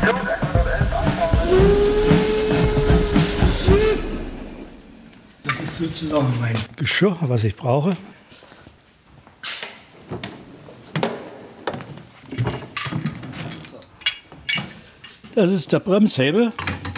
Das ist sozusagen mein Geschirr, was ich brauche. Das ist der Bremshebel.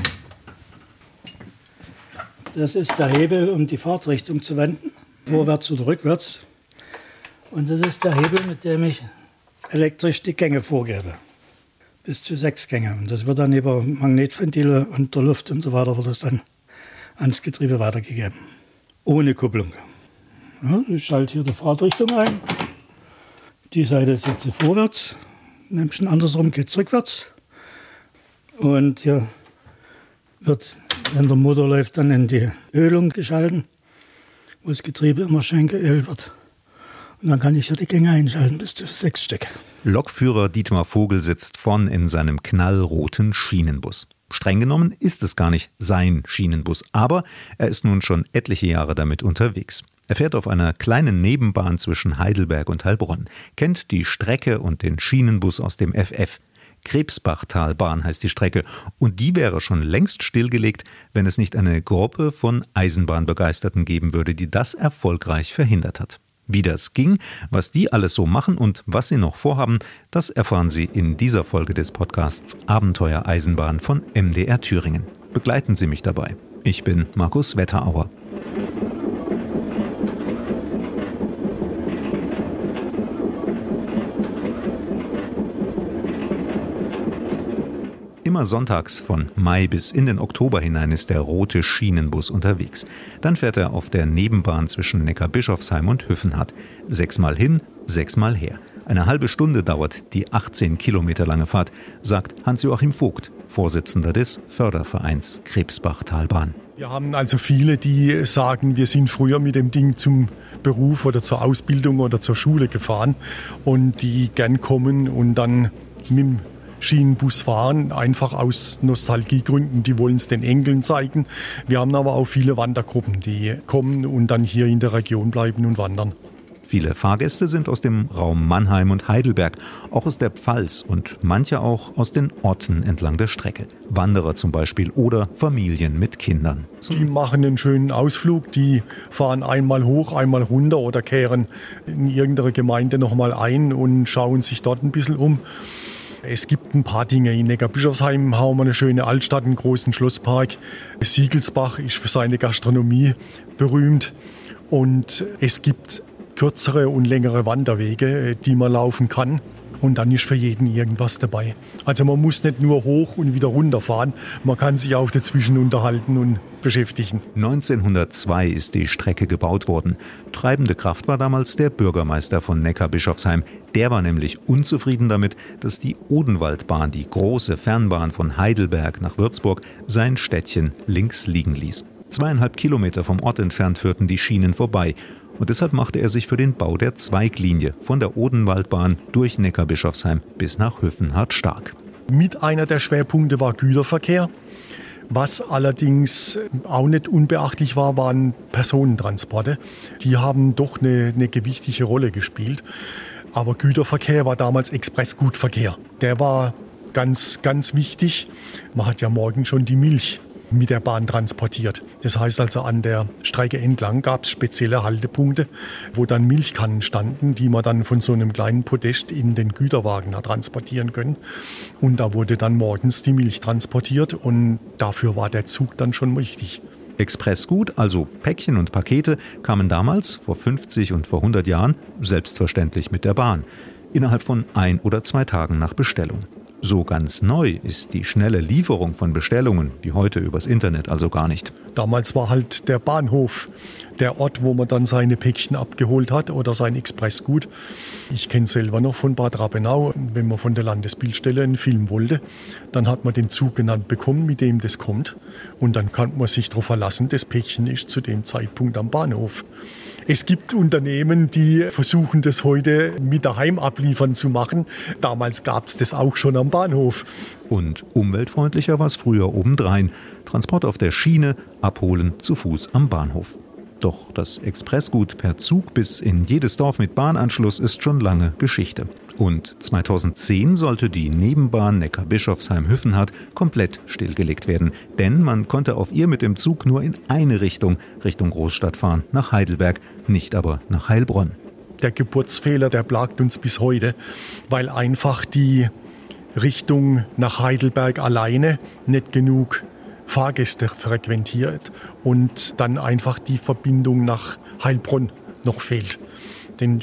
Das ist der Hebel, um die Fahrtrichtung zu wenden, vorwärts oder rückwärts. Und das ist der Hebel, mit dem ich elektrisch die Gänge vorgebe. Bis zu 6 Gänge. Und das wird dann über Magnetventile und der Luft und so weiter, wird das dann ans Getriebe weitergegeben. Ohne Kupplung. Ja, ich schalte hier die Fahrtrichtung ein. Die Seite setze ich vorwärts. Nämlich andersrum geht es rückwärts. Und hier wird, wenn der Motor läuft, dann in die Ölung geschalten, wo das Getriebe immer schön geölt wird. Und dann kann ich hier die Gänge einschalten, bis zu 6 Stück. Lokführer Dietmar Vogel sitzt vorn in seinem knallroten Schienenbus. Streng genommen ist es gar nicht sein Schienenbus, aber er ist nun schon etliche Jahre damit unterwegs. Er fährt auf einer kleinen Nebenbahn zwischen Heidelberg und Heilbronn, kennt die Strecke und den Schienenbus aus dem FF. Krebsbachtalbahn heißt die Strecke und die wäre schon längst stillgelegt, wenn es nicht eine Gruppe von Eisenbahnbegeisterten geben würde, die das erfolgreich verhindert hat. Wie das ging, was die alles so machen und was sie noch vorhaben, das erfahren Sie in dieser Folge des Podcasts Abenteuer Eisenbahn von MDR Thüringen. Begleiten Sie mich dabei. Ich bin Markus Wetterauer. Immer sonntags von Mai bis in den Oktober hinein ist der rote Schienenbus unterwegs. Dann fährt er auf der Nebenbahn zwischen Neckarbischofsheim und Hüffenhardt. 6-mal hin, 6-mal her. Eine halbe Stunde dauert die 18 Kilometer lange Fahrt, sagt Hans-Joachim Vogt, Vorsitzender des Fördervereins Krebsbachtalbahn. Wir haben also viele, die sagen, wir sind früher mit dem Ding zum Beruf oder zur Ausbildung oder zur Schule gefahren und die gern kommen und dann mit dem Schienenbus fahren, einfach aus Nostalgiegründen. Die wollen es den Enkeln zeigen. Wir haben aber auch viele Wandergruppen, die kommen und dann hier in der Region bleiben und wandern. Viele Fahrgäste sind aus dem Raum Mannheim und Heidelberg, auch aus der Pfalz und manche auch aus den Orten entlang der Strecke. Wanderer zum Beispiel oder Familien mit Kindern. Die machen einen schönen Ausflug, die fahren einmal hoch, einmal runter oder kehren in irgendeine Gemeinde nochmal ein und schauen sich dort ein bisschen um. Es gibt ein paar Dinge. In Neckarbischofsheim haben wir eine schöne Altstadt, einen großen Schlosspark. Siegelsbach ist für seine Gastronomie berühmt. Und es gibt kürzere und längere Wanderwege, die man laufen kann. Und dann ist für jeden irgendwas dabei. Also man muss nicht nur hoch und wieder runter fahren, man kann sich auch dazwischen unterhalten und beschäftigen. 1902 ist die Strecke gebaut worden. Treibende Kraft war damals der Bürgermeister von Neckarbischofsheim. Der war nämlich unzufrieden damit, dass die Odenwaldbahn, die große Fernbahn von Heidelberg nach Würzburg, sein Städtchen links liegen ließ. 2,5 Kilometer vom Ort entfernt führten die Schienen vorbei. Und deshalb machte er sich für den Bau der Zweiglinie von der Odenwaldbahn durch Neckarbischofsheim bis nach Hüffenhardt stark. Mit einer der Schwerpunkte war Güterverkehr. Was allerdings auch nicht unbeachtlich war, waren Personentransporte. Die haben doch eine gewichtige Rolle gespielt. Aber Güterverkehr war damals Expressgutverkehr. Der war ganz, ganz wichtig. Man hat ja morgen schon die Milch mit der Bahn transportiert. Das heißt also, an der Strecke entlang gab es spezielle Haltepunkte, wo dann Milchkannen standen, die man dann von so einem kleinen Podest in den Güterwagen hat transportieren können. Und da wurde dann morgens die Milch transportiert und dafür war der Zug dann schon richtig. Expressgut, also Päckchen und Pakete, kamen damals, vor 50 und vor 100 Jahren, selbstverständlich mit der Bahn. Innerhalb von 1 oder 2 Tagen nach Bestellung. So ganz neu ist die schnelle Lieferung von Bestellungen, wie heute übers Internet, also gar nicht. Damals war halt der Bahnhof der Ort, wo man dann seine Päckchen abgeholt hat oder sein Expressgut. Ich kenne selber noch von Bad Rappenau, wenn man von der Landesbildstelle einen Film wollte, dann hat man den Zug genannt bekommen, mit dem das kommt. Und dann kann man sich darauf verlassen, das Päckchen ist zu dem Zeitpunkt am Bahnhof. Es gibt Unternehmen, die versuchen, das heute mit daheim abliefern zu machen. Damals gab es das auch schon am Bahnhof. Und umweltfreundlicher war es früher obendrein. Transport auf der Schiene, abholen zu Fuß am Bahnhof. Doch das Expressgut per Zug bis in jedes Dorf mit Bahnanschluss ist schon lange Geschichte. Und 2010 sollte die Nebenbahn Neckarbischofsheim-Hüfenhardt komplett stillgelegt werden. Denn man konnte auf ihr mit dem Zug nur in eine Richtung Großstadt fahren, nach Heidelberg, nicht aber nach Heilbronn. Der Geburtsfehler, der plagt uns bis heute, weil einfach die Richtung nach Heidelberg alleine nicht genug Fahrgäste frequentiert und dann einfach die Verbindung nach Heilbronn noch fehlt. Denn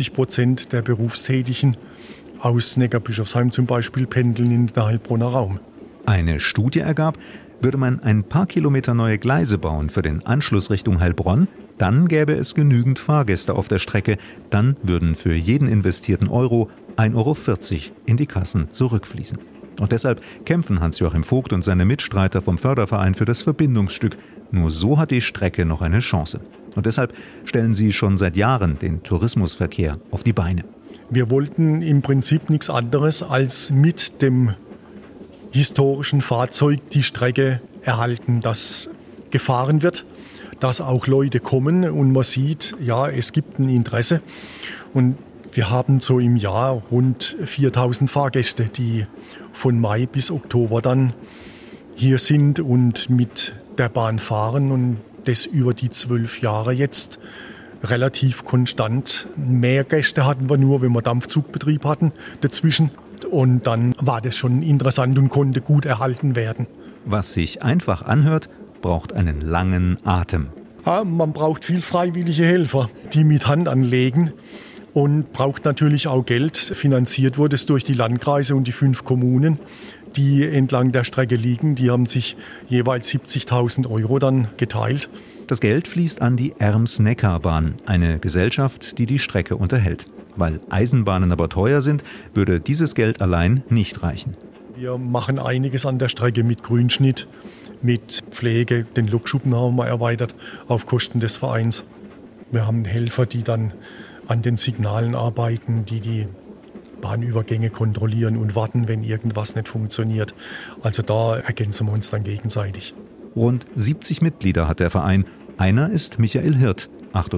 50% der Berufstätigen aus Neckarbischofsheim zum Beispiel pendeln in den Heilbronner Raum. Eine Studie ergab, würde man ein paar Kilometer neue Gleise bauen für den Anschluss Richtung Heilbronn, dann gäbe es genügend Fahrgäste auf der Strecke. Dann würden für jeden investierten Euro 1,40 Euro in die Kassen zurückfließen. Und deshalb kämpfen Hans-Joachim Vogt und seine Mitstreiter vom Förderverein für das Verbindungsstück. Nur so hat die Strecke noch eine Chance. Und deshalb stellen sie schon seit Jahren den Tourismusverkehr auf die Beine. Wir wollten im Prinzip nichts anderes als mit dem historischen Fahrzeug die Strecke erhalten, dass gefahren wird, dass auch Leute kommen und man sieht, ja, es gibt ein Interesse. Und wir haben so im Jahr rund 4.000 Fahrgäste, die von Mai bis Oktober dann hier sind und mit der Bahn fahren und das über die 12 Jahre jetzt relativ konstant. Mehr Gäste hatten wir nur, wenn wir Dampfzugbetrieb hatten dazwischen. Und dann war das schon interessant und konnte gut erhalten werden. Was sich einfach anhört, braucht einen langen Atem. Ja, man braucht viel freiwillige Helfer, die mit Hand anlegen. Und braucht natürlich auch Geld. Finanziert wurde es durch die Landkreise und die 5 Kommunen, die entlang der Strecke liegen. Die haben sich jeweils 70.000 Euro dann geteilt. Das Geld fließt an die Erms-Neckar-Bahn, eine Gesellschaft, die die Strecke unterhält. Weil Eisenbahnen aber teuer sind, würde dieses Geld allein nicht reichen. Wir machen einiges an der Strecke mit Grünschnitt, mit Pflege. Den Lokschuppen haben wir erweitert auf Kosten des Vereins. Wir haben Helfer, die dann an den Signalen arbeiten, die Bahnübergänge kontrollieren und warten, wenn irgendwas nicht funktioniert. Also da ergänzen wir uns dann gegenseitig. Rund 70 Mitglieder hat der Verein. Einer ist Michael Hirt,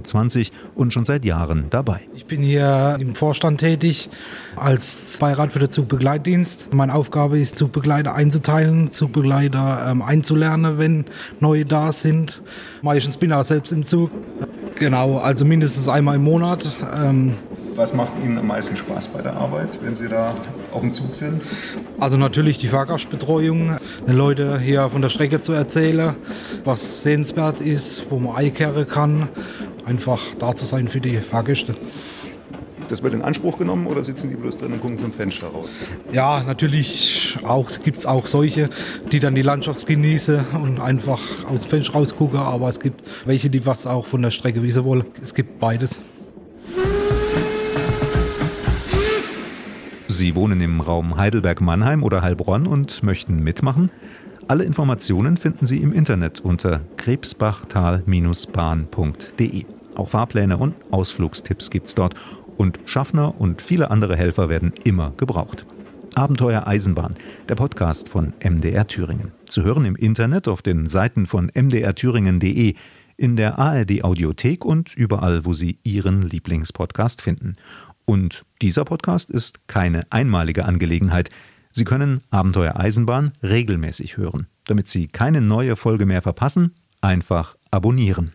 28 und schon seit Jahren dabei. Ich bin hier im Vorstand tätig als Beirat für den Zugbegleitdienst. Meine Aufgabe ist, Zugbegleiter einzuteilen, Zugbegleiter einzulernen, wenn neue da sind. Meistens bin ich auch selbst im Zug. Genau, also mindestens einmal im Monat. Was macht Ihnen am meisten Spaß bei der Arbeit, wenn Sie da auf dem Zug sind? Also natürlich die Fahrgastbetreuung, den Leuten hier von der Strecke zu erzählen, was sehenswert ist, wo man einkehren kann. Einfach da zu sein für die Fahrgäste. Das wird in Anspruch genommen oder sitzen die bloß drin und gucken zum Fenster raus? Ja, natürlich gibt es auch solche, die dann die Landschaft genießen und einfach aus dem Fenster rausgucken. Aber es gibt welche, die was auch von der Strecke wissen wollen. Es gibt beides. Sie wohnen im Raum Heidelberg-Mannheim oder Heilbronn und möchten mitmachen? Alle Informationen finden Sie im Internet unter krebsbachtal-bahn.de. Auch Fahrpläne und Ausflugstipps gibt's dort. Und Schaffner und viele andere Helfer werden immer gebraucht. Abenteuer Eisenbahn, der Podcast von MDR Thüringen. Zu hören im Internet auf den Seiten von mdrthüringen.de, in der ARD-Audiothek und überall, wo Sie Ihren Lieblingspodcast finden. Und dieser Podcast ist keine einmalige Angelegenheit. Sie können Abenteuer Eisenbahn regelmäßig hören. Damit Sie keine neue Folge mehr verpassen, einfach abonnieren.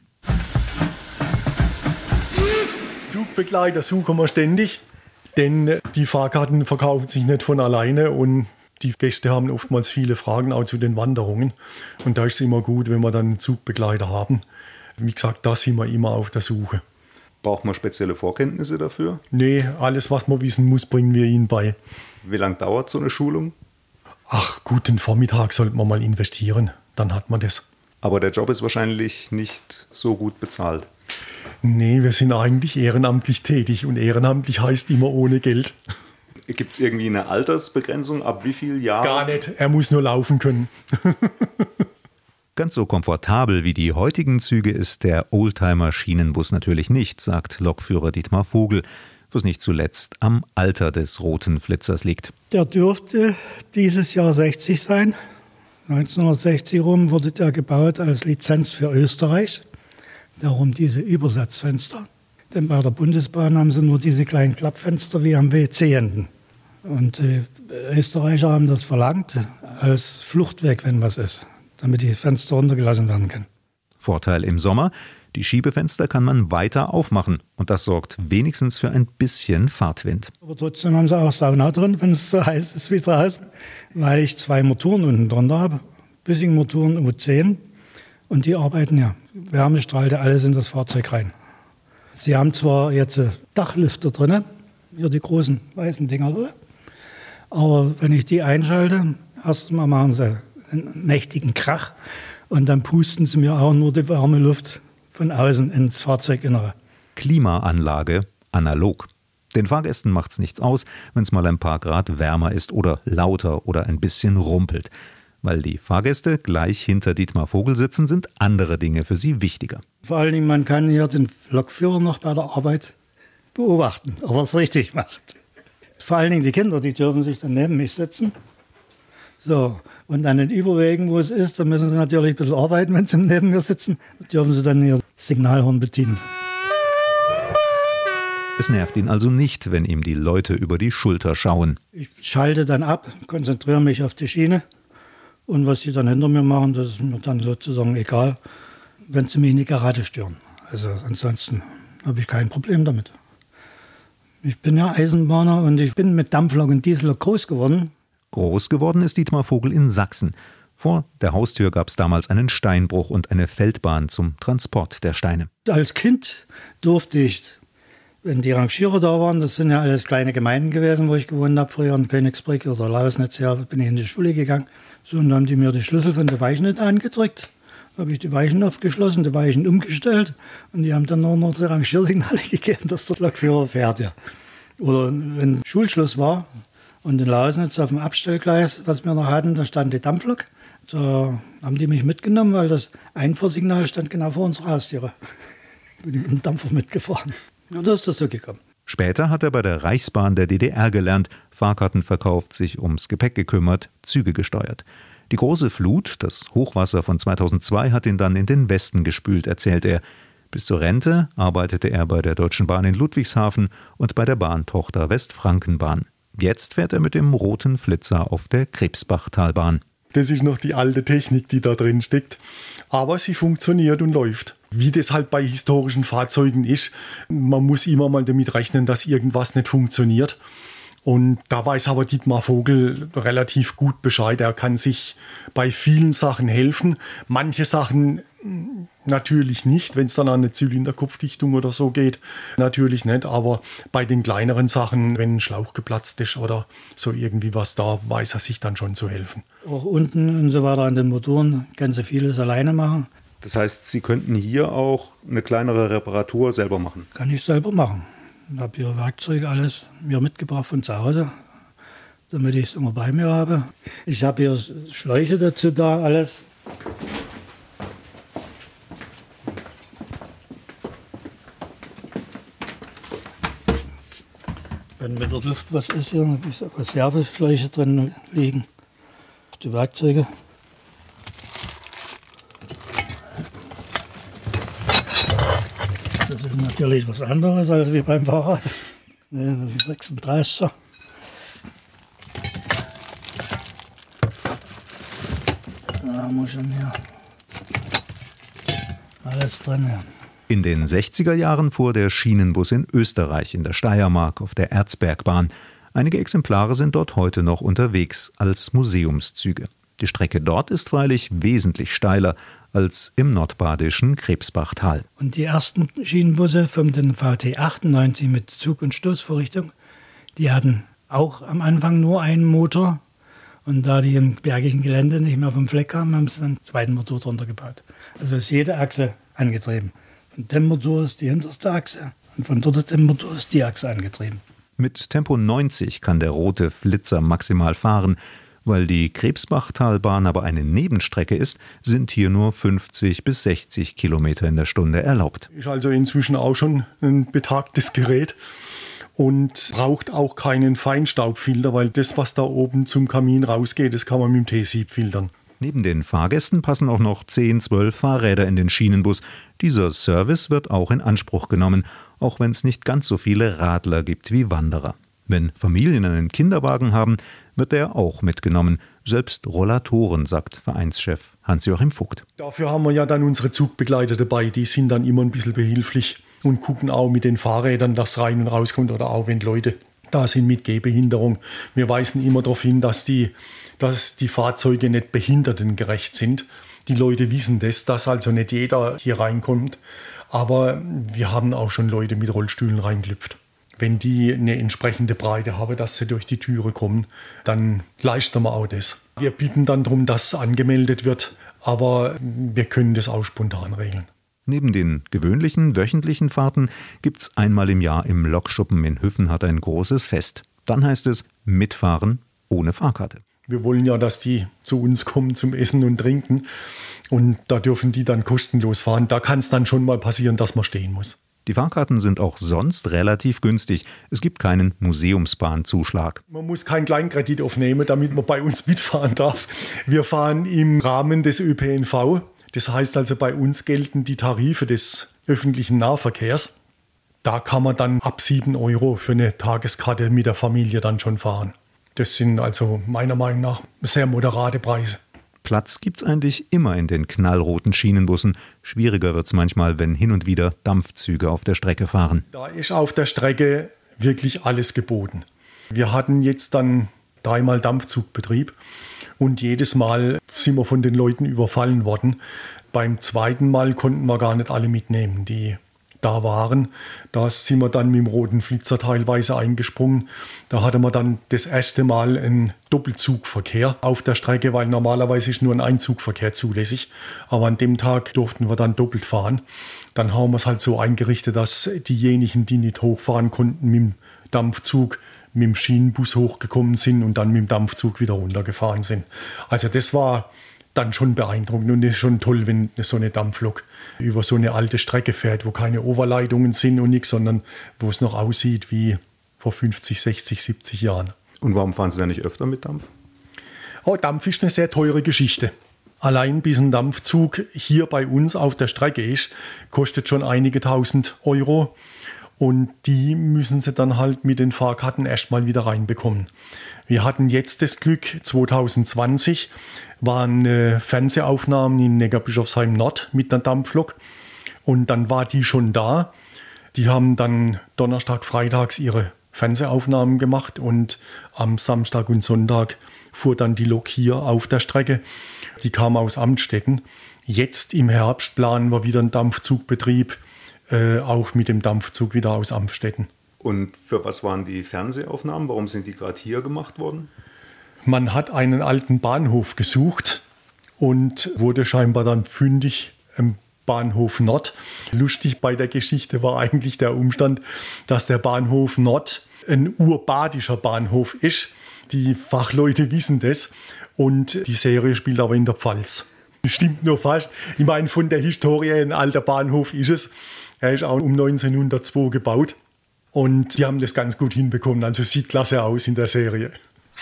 Zugbegleiter suchen wir ständig, denn die Fahrkarten verkaufen sich nicht von alleine und die Gäste haben oftmals viele Fragen auch zu den Wanderungen. Und da ist es immer gut, wenn wir dann einen Zugbegleiter haben. Wie gesagt, da sind wir immer auf der Suche. Braucht man spezielle Vorkenntnisse dafür? Nee, alles, was man wissen muss, bringen wir Ihnen bei. Wie lange dauert so eine Schulung? Ach, guten Vormittag sollten wir mal investieren, dann hat man das. Aber der Job ist wahrscheinlich nicht so gut bezahlt. Nee, wir sind eigentlich ehrenamtlich tätig und ehrenamtlich heißt immer ohne Geld. Gibt es irgendwie eine Altersbegrenzung? Ab wie viel Jahren? Gar nicht, er muss nur laufen können. Ganz so komfortabel wie die heutigen Züge ist der Oldtimer-Schienenbus natürlich nicht, sagt Lokführer Dietmar Vogel, was nicht zuletzt am Alter des roten Flitzers liegt. Der dürfte dieses Jahr 60 sein. 1960 rum wurde der gebaut als Lizenz für Österreich. Darum diese Übersetzfenster. Denn bei der Bundesbahn haben sie nur diese kleinen Klappfenster wie am WC hinten. Und die Österreicher haben das verlangt als Fluchtweg, wenn was ist, damit die Fenster runtergelassen werden können. Vorteil im Sommer: Die Schiebefenster kann man weiter aufmachen und das sorgt wenigstens für ein bisschen Fahrtwind. Aber trotzdem haben sie auch Sauna drin, wenn es so heiß ist wie draußen, weil ich 2 Motoren unten drunter habe. Bissing-Motoren U10 und die arbeiten ja. Wärme strahlt alles in das Fahrzeug rein. Sie haben zwar jetzt Dachlüfter drin, hier die großen weißen Dinger drin, aber wenn ich die einschalte, erstmal machen sie einen mächtigen Krach und dann pusten sie mir auch nur die warme Luft von außen ins Fahrzeuginnere. Klimaanlage analog. Den Fahrgästen macht's nichts aus, wenn es mal ein paar Grad wärmer ist oder lauter oder ein bisschen rumpelt. Weil die Fahrgäste gleich hinter Dietmar Vogel sitzen, sind andere Dinge für sie wichtiger. Vor allen Dingen, man kann hier den Lokführer noch bei der Arbeit beobachten, ob er es richtig macht. Vor allen Dingen die Kinder, die dürfen sich dann neben mich setzen. So, und an den Überwegen, wo es ist, da müssen sie natürlich ein bisschen arbeiten, wenn sie neben mir sitzen. Da dürfen sie dann ihr Signalhorn bedienen. Es nervt ihn also nicht, wenn ihm die Leute über die Schulter schauen. Ich schalte dann ab, konzentriere mich auf die Schiene. Und was sie dann hinter mir machen, das ist mir dann sozusagen egal, wenn sie mich nicht gerade stören. Also ansonsten habe ich kein Problem damit. Ich bin ja Eisenbahner und ich bin mit Dampflok und Diesellok groß geworden. Groß geworden ist Dietmar Vogel in Sachsen. Vor der Haustür gab es damals einen Steinbruch und eine Feldbahn zum Transport der Steine. Als Kind durfte ich, wenn die Rangierer da waren, das sind ja alles kleine Gemeinden gewesen, wo ich gewohnt habe, früher in Königsbrück oder Lausnitz, ja, bin ich in die Schule gegangen. So, und dann haben die mir die Schlüssel von der Weichen nicht angedrückt. Da habe ich die Weichen aufgeschlossen, die Weichen umgestellt und die haben dann nur noch die Rangiersignale gegeben, dass der Lokführer fährt. Ja. Oder wenn Schulschluss war und in Lausnitz auf dem Abstellgleis, was wir noch hatten, da stand die Dampflok. Da haben die mich mitgenommen, weil das Einfuhrsignal stand genau vor unserer Haustüre. Bin ich mit dem Dampfer mitgefahren. Und da ist das so gekommen. Später hat er bei der Reichsbahn der DDR gelernt, Fahrkarten verkauft, sich ums Gepäck gekümmert, Züge gesteuert. Die große Flut, das Hochwasser von 2002, hat ihn dann in den Westen gespült, erzählt er. Bis zur Rente arbeitete er bei der Deutschen Bahn in Ludwigshafen und bei der Bahntochter Westfrankenbahn. Jetzt fährt er mit dem roten Flitzer auf der Krebsbachtalbahn. Das ist noch die alte Technik, die da drin steckt. Aber sie funktioniert und läuft. Wie das halt bei historischen Fahrzeugen ist, man muss immer mal damit rechnen, dass irgendwas nicht funktioniert. Und da weiß aber Dietmar Vogel relativ gut Bescheid. Er kann sich bei vielen Sachen helfen. Manche Sachen natürlich nicht, wenn es dann an eine Zylinderkopfdichtung oder so geht. Natürlich nicht, aber bei den kleineren Sachen, wenn ein Schlauch geplatzt ist oder so irgendwie was, da weiß er sich dann schon zu helfen. Auch unten und so weiter an den Motoren können sie vieles alleine machen. Das heißt, Sie könnten hier auch eine kleinere Reparatur selber machen? Kann ich selber machen. Ich habe hier Werkzeuge alles mir mitgebracht von zu Hause, damit ich es immer bei mir habe. Ich habe hier Schläuche dazu da, alles. Wenn mit der Luft was ist, hier habe ich Reserveschläuche drin liegen. Die Werkzeuge. Das ist natürlich was anderes als wie beim Fahrrad. Ne, das ist 36er. Da haben wir schon hier alles drin. Ja. In den 60er Jahren fuhr der Schienenbus in Österreich, in der Steiermark, auf der Erzbergbahn. Einige Exemplare sind dort heute noch unterwegs als Museumszüge. Die Strecke dort ist freilich wesentlich steiler als im nordbadischen Krebsbachtal. Und die ersten Schienenbusse von den VT 98 mit Zug- und Stoßvorrichtung, die hatten auch am Anfang nur einen Motor. Und da die im bergigen Gelände nicht mehr vom Fleck kamen, haben sie dann einen zweiten Motor drunter gebaut. Also ist jede Achse angetrieben. Von dem Motor ist die hinterste Achse und von dort dem Motor ist die Achse angetrieben. Mit Tempo 90 kann der rote Flitzer maximal fahren. Weil die Krebsbachtalbahn aber eine Nebenstrecke ist, sind hier nur 50 bis 60 Kilometer in der Stunde erlaubt. Ist also inzwischen auch schon ein betagtes Gerät und braucht auch keinen Feinstaubfilter, weil das, was da oben zum Kamin rausgeht, das kann man mit dem T-Sieb filtern. Neben den Fahrgästen passen auch noch 10, 12 Fahrräder in den Schienenbus. Dieser Service wird auch in Anspruch genommen, auch wenn es nicht ganz so viele Radler gibt wie Wanderer. Wenn Familien einen Kinderwagen haben, wird der auch mitgenommen. Selbst Rollatoren, sagt Vereinschef Hans-Joachim Vogt. Dafür haben wir ja dann unsere Zugbegleiter dabei. Die sind dann immer ein bisschen behilflich und gucken auch mit den Fahrrädern, dass rein und rauskommt. Oder auch wenn Leute da sind mit Gehbehinderung. Wir weisen immer darauf hin, dass die Fahrzeuge nicht behindertengerecht sind. Die Leute wissen das, dass also nicht jeder hier reinkommt. Aber wir haben auch schon Leute mit Rollstühlen reingelüpft. Wenn die eine entsprechende Breite haben, dass sie durch die Türe kommen, dann leisten wir auch das. Wir bitten dann darum, dass es angemeldet wird, aber wir können das auch spontan regeln. Neben den gewöhnlichen wöchentlichen Fahrten gibt's einmal im Jahr im Lokschuppen in Hüffenhardt ein großes Fest. Dann heißt es mitfahren ohne Fahrkarte. Wir wollen ja, dass die zu uns kommen zum Essen und Trinken und da dürfen die dann kostenlos fahren. Da kann es dann schon mal passieren, dass man stehen muss. Die Fahrkarten sind auch sonst relativ günstig. Es gibt keinen Museumsbahnzuschlag. Man muss keinen Kleinkredit aufnehmen, damit man bei uns mitfahren darf. Wir fahren im Rahmen des ÖPNV. Das heißt also, bei uns gelten die Tarife des öffentlichen Nahverkehrs. Da kann man dann ab 7 € für eine Tageskarte mit der Familie dann schon fahren. Das sind also meiner Meinung nach sehr moderate Preise. Platz gibt's eigentlich immer in den knallroten Schienenbussen. Schwieriger wird's manchmal, wenn hin und wieder Dampfzüge auf der Strecke fahren. Da ist auf der Strecke wirklich alles geboten. Wir hatten jetzt dann 3-mal Dampfzugbetrieb und jedes Mal sind wir von den Leuten überfallen worden. Beim 2. Mal konnten wir gar nicht alle mitnehmen, die da waren. Da sind wir dann mit dem roten Flitzer teilweise eingesprungen. Da hatte man dann das erste Mal einen Doppelzugverkehr auf der Strecke, weil normalerweise ist nur ein Einzugverkehr zulässig. Aber an dem Tag durften wir dann doppelt fahren. Dann haben wir es halt so eingerichtet, dass diejenigen, die nicht hochfahren konnten, mit dem Dampfzug, mit dem Schienenbus hochgekommen sind und dann mit dem Dampfzug wieder runtergefahren sind. Also das war dann schon beeindruckend und es ist schon toll, wenn so eine Dampflok über so eine alte Strecke fährt, wo keine Oberleitungen sind und nichts, sondern wo es noch aussieht wie vor 50, 60, 70 Jahren. Und warum fahren Sie da nicht öfter mit Dampf? Oh, Dampf ist eine sehr teure Geschichte. Allein bis ein Dampfzug hier bei uns auf der Strecke ist, kostet schon einige 1000 €. Und die müssen sie dann halt mit den Fahrkarten erstmal wieder reinbekommen. Wir hatten jetzt das Glück, 2020 waren Fernsehaufnahmen in Neckarbischofsheim Nord mit einer Dampflok. Und dann war die schon da. Die haben dann Donnerstag, Freitags ihre Fernsehaufnahmen gemacht und am Samstag und Sonntag fuhr dann die Lok hier auf der Strecke. Die kam aus Amtstetten. Jetzt im Herbst planen wir wieder einen Dampfzugbetrieb, auch mit dem Dampfzug wieder aus Amstetten. Und für was waren die Fernsehaufnahmen? Warum sind die gerade hier gemacht worden? Man hat einen alten Bahnhof gesucht und wurde scheinbar dann fündig im Bahnhof Nord. Lustig bei der Geschichte war eigentlich der Umstand, dass der Bahnhof Nord ein urbadischer Bahnhof ist. Die Fachleute wissen das und die Serie spielt aber in der Pfalz. Stimmt nur fast. Ich meine, von der Historie ein alter Bahnhof ist es. Er ist auch um 1902 gebaut und die haben das ganz gut hinbekommen. Also sieht klasse aus in der Serie.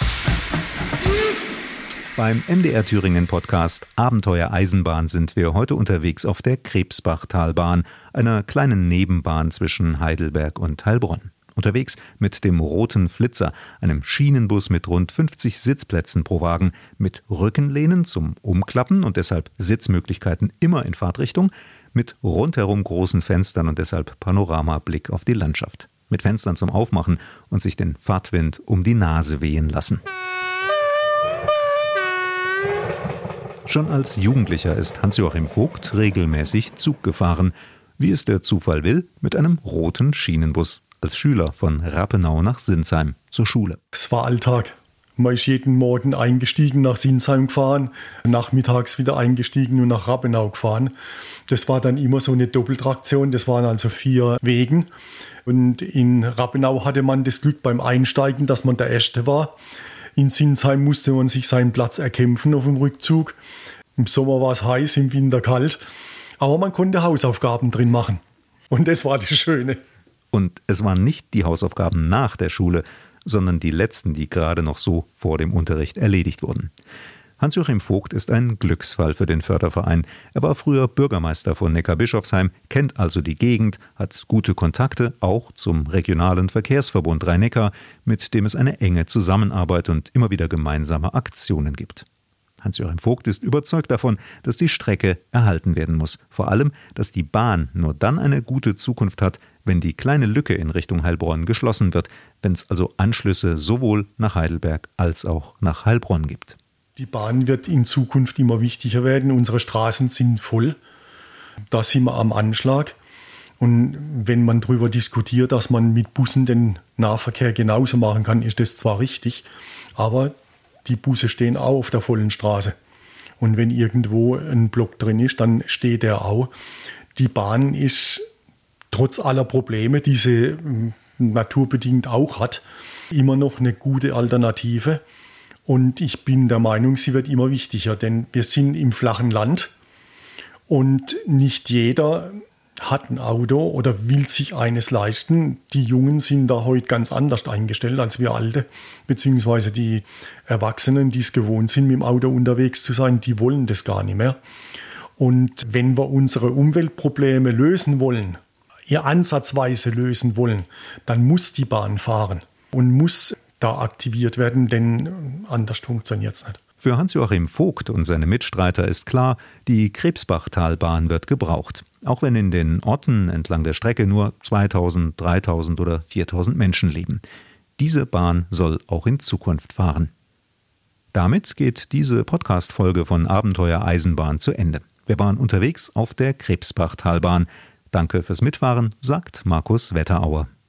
Beim NDR Thüringen Podcast Abenteuer Eisenbahn sind wir heute unterwegs auf der Krebsbachtalbahn, einer kleinen Nebenbahn zwischen Heidelberg und Heilbronn. Unterwegs mit dem roten Flitzer, einem Schienenbus mit rund 50 Sitzplätzen pro Wagen, mit Rückenlehnen zum Umklappen und deshalb Sitzmöglichkeiten immer in Fahrtrichtung, mit rundherum großen Fenstern und deshalb Panoramablick auf die Landschaft. Mit Fenstern zum Aufmachen und sich den Fahrtwind um die Nase wehen lassen. Schon als Jugendlicher ist Hans-Joachim Vogt regelmäßig Zug gefahren, wie es der Zufall will, mit einem roten Schienenbus, als Schüler von Rappenau nach Sinsheim zur Schule. Es war Alltag. Man ist jeden Morgen eingestiegen, nach Sinsheim gefahren, nachmittags wieder eingestiegen und nach Rappenau gefahren. Das war dann immer so eine Doppeltraktion, das waren also 4 Wegen. Und in Rappenau hatte man das Glück beim Einsteigen, dass man der Erste war. In Sinsheim musste man sich seinen Platz erkämpfen auf dem Rückzug. Im Sommer war es heiß, im Winter kalt. Aber man konnte Hausaufgaben drin machen. Und das war das Schöne. Und es waren nicht die Hausaufgaben nach der Schule, sondern die letzten, die gerade noch so vor dem Unterricht erledigt wurden. Hans-Joachim Vogt ist ein Glücksfall für den Förderverein. Er war früher Bürgermeister von Neckarbischofsheim, kennt also die Gegend, hat gute Kontakte auch zum regionalen Verkehrsverbund Rhein-Neckar, mit dem es eine enge Zusammenarbeit und immer wieder gemeinsame Aktionen gibt. Hans-Joachim Vogt ist überzeugt davon, dass die Strecke erhalten werden muss. Vor allem, dass die Bahn nur dann eine gute Zukunft hat, wenn die kleine Lücke in Richtung Heilbronn geschlossen wird, wenn es also Anschlüsse sowohl nach Heidelberg als auch nach Heilbronn gibt. Die Bahn wird in Zukunft immer wichtiger werden. Unsere Straßen sind voll. Da sind wir am Anschlag. Und wenn man darüber diskutiert, dass man mit Bussen den Nahverkehr genauso machen kann, ist das zwar richtig, aber die Busse stehen auch auf der vollen Straße. Und wenn irgendwo ein Block drin ist, dann steht der auch. Die Bahn ist trotz aller Probleme, die sie naturbedingt auch hat, immer noch eine gute Alternative. Und ich bin der Meinung, sie wird immer wichtiger, denn wir sind im flachen Land und nicht jeder hat ein Auto oder will sich eines leisten. Die Jungen sind da heute ganz anders eingestellt als wir Alte, beziehungsweise die Erwachsenen, die es gewohnt sind, mit dem Auto unterwegs zu sein, die wollen das gar nicht mehr. Und wenn wir unsere Umweltprobleme lösen wollen, eher ansatzweise lösen wollen, dann muss die Bahn fahren und muss da aktiviert werden, denn anders funktioniert es nicht. Für Hans-Joachim Vogt und seine Mitstreiter ist klar, die Krebsbachtalbahn wird gebraucht. Auch wenn in den Orten entlang der Strecke nur 2000, 3000 oder 4000 Menschen leben. Diese Bahn soll auch in Zukunft fahren. Damit geht diese Podcast-Folge von Abenteuer Eisenbahn zu Ende. Wir waren unterwegs auf der Krebsbachtalbahn. Danke fürs Mitfahren, sagt Markus Wetterauer.